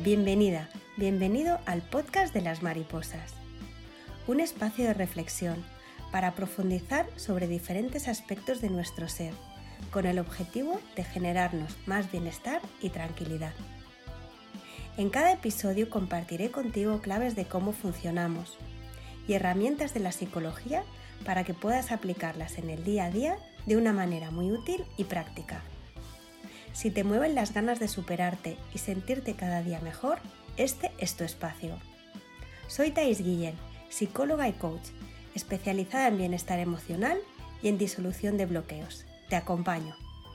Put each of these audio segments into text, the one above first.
Bienvenida, bienvenido al podcast de las mariposas, un espacio de reflexión para profundizar sobre diferentes aspectos de nuestro ser, con el objetivo de generarnos más bienestar y tranquilidad. En cada episodio compartiré contigo claves de cómo funcionamos y herramientas de la psicología para que puedas aplicarlas en el día a día de una manera muy útil y práctica. Si te mueven las ganas de superarte y sentirte cada día mejor, este es tu espacio. Soy Thais Guillén, psicóloga y coach, especializada en bienestar emocional y en disolución de bloqueos. Te acompaño.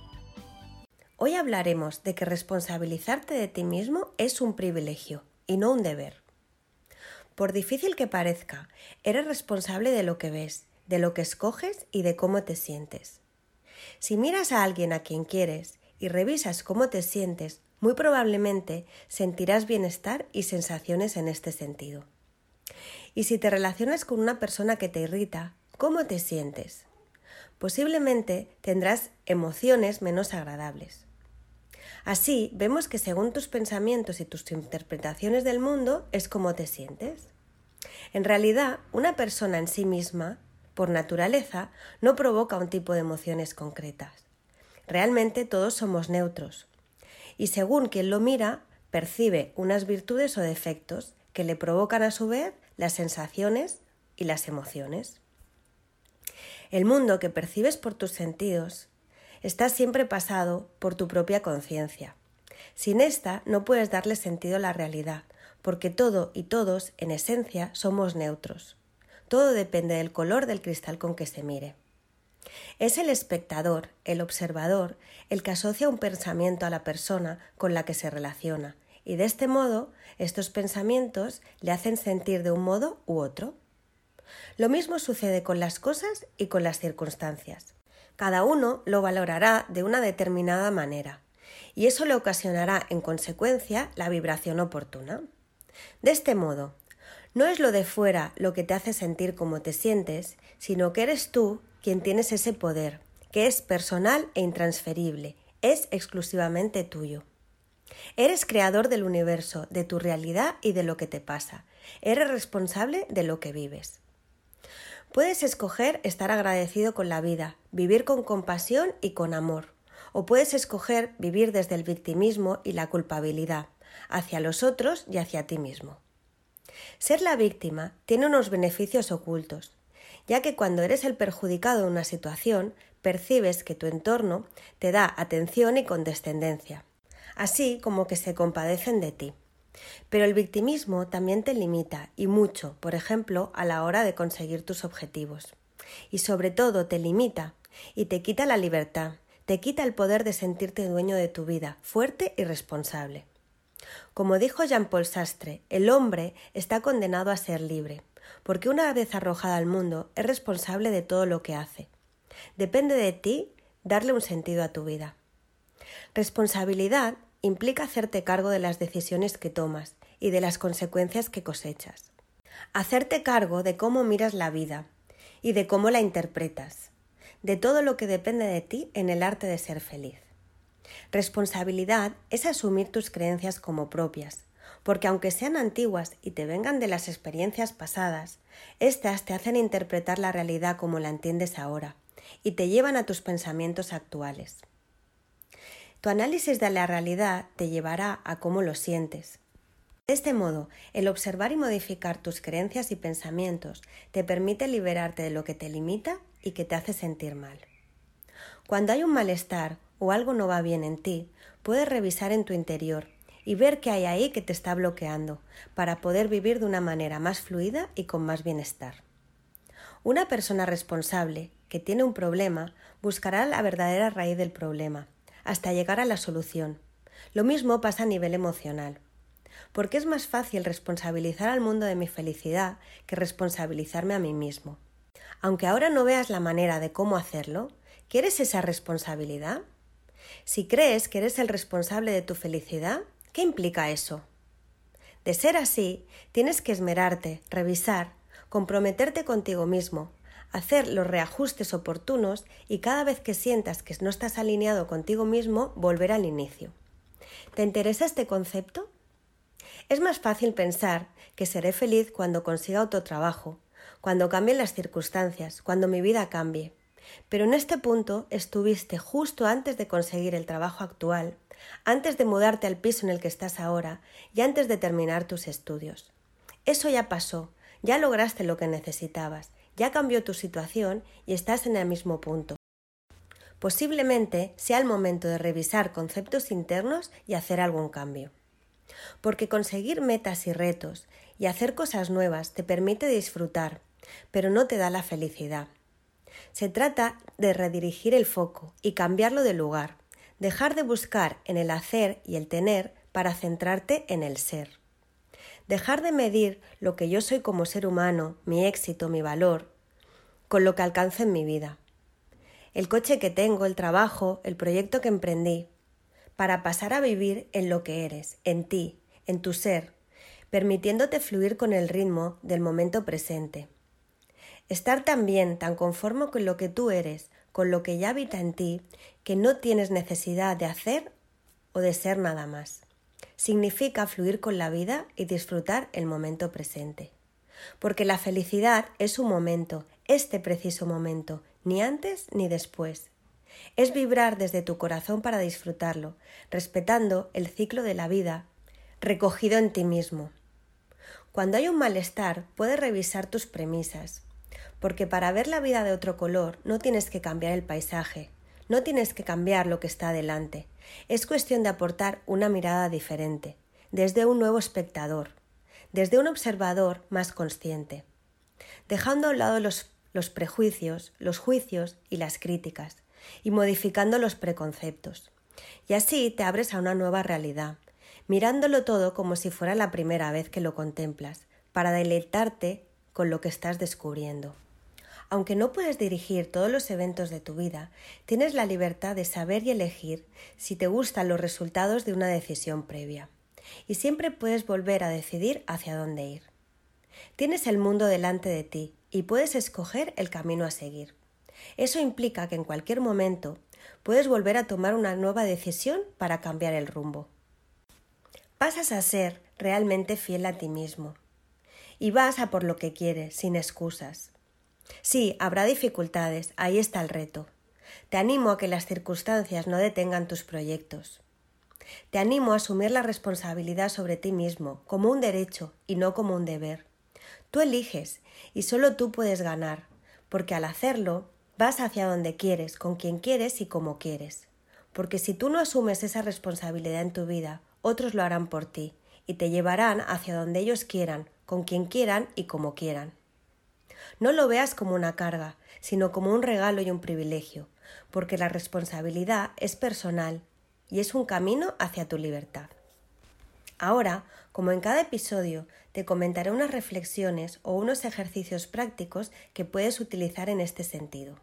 Hoy hablaremos de que responsabilizarte de ti mismo es un privilegio y no un deber. Por difícil que parezca, eres responsable de lo que ves, de lo que escoges y de cómo te sientes. Si miras a alguien a quien quieres y revisas cómo te sientes, muy probablemente sentirás bienestar y sensaciones en este sentido. Y si te relacionas con una persona que te irrita, ¿cómo te sientes? Posiblemente tendrás emociones menos agradables. Así, vemos que según tus pensamientos y tus interpretaciones del mundo es como te sientes. En realidad, una persona en sí misma, por naturaleza, no provoca un tipo de emociones concretas. Realmente todos somos neutros y según quien lo mira, percibe unas virtudes o defectos que le provocan a su vez las sensaciones y las emociones. El mundo que percibes por tus sentidos está siempre pasado por tu propia conciencia. Sin esta no puedes darle sentido a la realidad, porque todo y todos, en esencia, somos neutros. Todo depende del color del cristal con que se mire. Es el espectador, el observador, el que asocia un pensamiento a la persona con la que se relaciona, y de este modo, estos pensamientos le hacen sentir de un modo u otro. Lo mismo sucede con las cosas y con las circunstancias. Cada uno lo valorará de una determinada manera, y eso le ocasionará, en consecuencia, la vibración oportuna. De este modo, no es lo de fuera lo que te hace sentir como te sientes, sino que eres tú quien tienes ese poder, que es personal e intransferible, es exclusivamente tuyo. Eres creador del universo, de tu realidad y de lo que te pasa. Eres responsable de lo que vives. Puedes escoger estar agradecido con la vida, vivir con compasión y con amor, o puedes escoger vivir desde el victimismo y la culpabilidad, hacia los otros y hacia ti mismo. Ser la víctima tiene unos beneficios ocultos, ya que cuando eres el perjudicado en una situación, percibes que tu entorno te da atención y condescendencia, así como que se compadecen de ti. Pero el victimismo también te limita, y mucho, por ejemplo, a la hora de conseguir tus objetivos. Y sobre todo te limita y te quita la libertad, te quita el poder de sentirte dueño de tu vida, fuerte y responsable. Como dijo Jean-Paul Sartre, el hombre está condenado a ser libre, porque una vez arrojado al mundo es responsable de todo lo que hace. Depende de ti darle un sentido a tu vida. Responsabilidad implica hacerte cargo de las decisiones que tomas y de las consecuencias que cosechas. Hacerte cargo de cómo miras la vida y de cómo la interpretas, de todo lo que depende de ti en el arte de ser feliz. Responsabilidad es asumir tus creencias como propias, porque aunque sean antiguas y te vengan de las experiencias pasadas, éstas te hacen interpretar la realidad como la entiendes ahora y te llevan a tus pensamientos actuales. Tu análisis de la realidad te llevará a cómo lo sientes. De este modo, el observar y modificar tus creencias y pensamientos te permite liberarte de lo que te limita y que te hace sentir mal. Cuando hay un malestar o algo no va bien en ti, puedes revisar en tu interior y ver qué hay ahí que te está bloqueando para poder vivir de una manera más fluida y con más bienestar. Una persona responsable que tiene un problema buscará la verdadera raíz del problema hasta llegar a la solución. Lo mismo pasa a nivel emocional. Porque es más fácil responsabilizar al mundo de mi felicidad que responsabilizarme a mí mismo. Aunque ahora no veas la manera de cómo hacerlo, ¿quieres esa responsabilidad? Si crees que eres el responsable de tu felicidad, ¿qué implica eso? De ser así, tienes que esmerarte, revisar, comprometerte contigo mismo, hacer los reajustes oportunos y cada vez que sientas que no estás alineado contigo mismo, volver al inicio. ¿Te interesa este concepto? Es más fácil pensar que seré feliz cuando consiga otro trabajo, cuando cambien las circunstancias, cuando mi vida cambie. Pero en este punto estuviste justo antes de conseguir el trabajo actual, antes de mudarte al piso en el que estás ahora y antes de terminar tus estudios. Eso ya pasó, ya lograste lo que necesitabas, ya cambió tu situación y estás en el mismo punto. Posiblemente sea el momento de revisar conceptos internos y hacer algún cambio. Porque conseguir metas y retos y hacer cosas nuevas te permite disfrutar, pero no te da la felicidad. Se trata de redirigir el foco y cambiarlo de lugar, dejar de buscar en el hacer y el tener para centrarte en el ser. Dejar de medir lo que yo soy como ser humano, mi éxito, mi valor, con lo que alcance en mi vida. El coche que tengo, el trabajo, el proyecto que emprendí, para pasar a vivir en lo que eres, en ti, en tu ser, permitiéndote fluir con el ritmo del momento presente. Estar tan bien, tan conforme con lo que tú eres, con lo que ya habita en ti, que no tienes necesidad de hacer o de ser nada más. Significa fluir con la vida y disfrutar el momento presente. Porque la felicidad es un momento, este preciso momento, ni antes ni después. Es vibrar desde tu corazón para disfrutarlo, respetando el ciclo de la vida, recogido en ti mismo. Cuando hay un malestar, puedes revisar tus premisas, porque para ver la vida de otro color no tienes que cambiar el paisaje, no tienes que cambiar lo que está delante. Es cuestión de aportar una mirada diferente, desde un nuevo espectador, desde un observador más consciente, dejando a un lado los prejuicios, los juicios y las críticas, y modificando los preconceptos. Y así te abres a una nueva realidad, mirándolo todo como si fuera la primera vez que lo contemplas, para deleitarte con lo que estás descubriendo. Aunque no puedes dirigir todos los eventos de tu vida, tienes la libertad de saber y elegir si te gustan los resultados de una decisión previa. Y siempre puedes volver a decidir hacia dónde ir. Tienes el mundo delante de ti y puedes escoger el camino a seguir. Eso implica que en cualquier momento puedes volver a tomar una nueva decisión para cambiar el rumbo. Pasas a ser realmente fiel a ti mismo y vas a por lo que quieres, sin excusas. Sí, habrá dificultades, ahí está el reto. Te animo a que las circunstancias no detengan tus proyectos. Te animo a asumir la responsabilidad sobre ti mismo como un derecho y no como un deber. Tú eliges y solo tú puedes ganar, porque al hacerlo vas hacia donde quieres, con quien quieres y como quieres. Porque si tú no asumes esa responsabilidad en tu vida, otros lo harán por ti y te llevarán hacia donde ellos quieran, con quien quieran y como quieran. No lo veas como una carga, sino como un regalo y un privilegio, porque la responsabilidad es personal y es un camino hacia tu libertad. Ahora, como en cada episodio, te comentaré unas reflexiones o unos ejercicios prácticos que puedes utilizar en este sentido.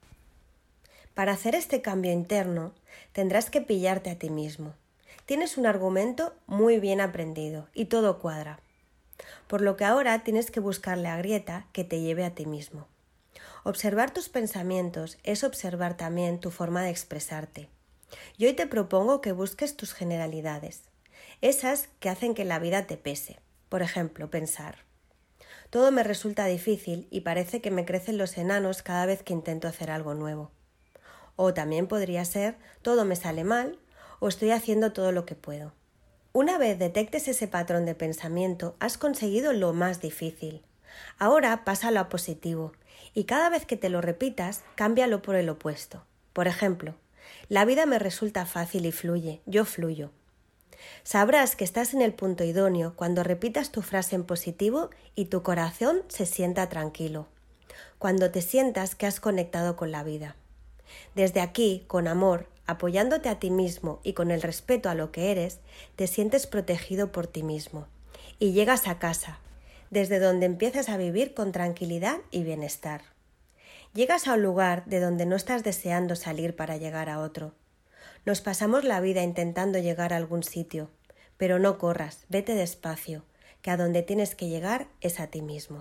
Para hacer este cambio interno, tendrás que pillarte a ti mismo. Tienes un argumento muy bien aprendido y todo cuadra. Por lo que ahora tienes que buscar la grieta que te lleve a ti mismo. Observar tus pensamientos es observar también tu forma de expresarte. Y hoy te propongo que busques tus generalidades, esas que hacen que la vida te pese. Por ejemplo, pensar: todo me resulta difícil y parece que me crecen los enanos cada vez que intento hacer algo nuevo. O también podría ser: todo me sale mal o estoy haciendo todo lo que puedo. Una vez detectes ese patrón de pensamiento, has conseguido lo más difícil. Ahora pasa a lo positivo y cada vez que te lo repitas, cámbialo por el opuesto. Por ejemplo: la vida me resulta fácil y fluye, yo fluyo. Sabrás que estás en el punto idóneo cuando repitas tu frase en positivo y tu corazón se sienta tranquilo, cuando te sientas que has conectado con la vida. Desde aquí, con amor, apoyándote a ti mismo y con el respeto a lo que eres, te sientes protegido por ti mismo y llegas a casa, desde donde empiezas a vivir con tranquilidad y bienestar. Llegas a un lugar de donde no estás deseando salir para llegar a otro. Nos pasamos la vida intentando llegar a algún sitio, pero no corras, vete despacio, que a donde tienes que llegar es a ti mismo.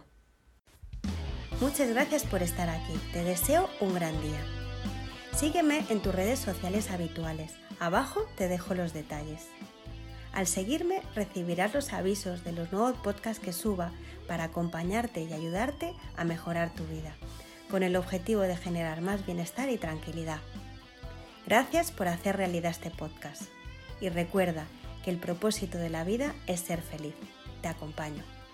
Muchas gracias por estar aquí, te deseo un gran día. Sígueme en tus redes sociales habituales, abajo te dejo los detalles. Al seguirme recibirás los avisos de los nuevos podcasts que suba para acompañarte y ayudarte a mejorar tu vida, con el objetivo de generar más bienestar y tranquilidad. Gracias por hacer realidad este podcast y recuerda que el propósito de la vida es ser feliz. Te acompaño.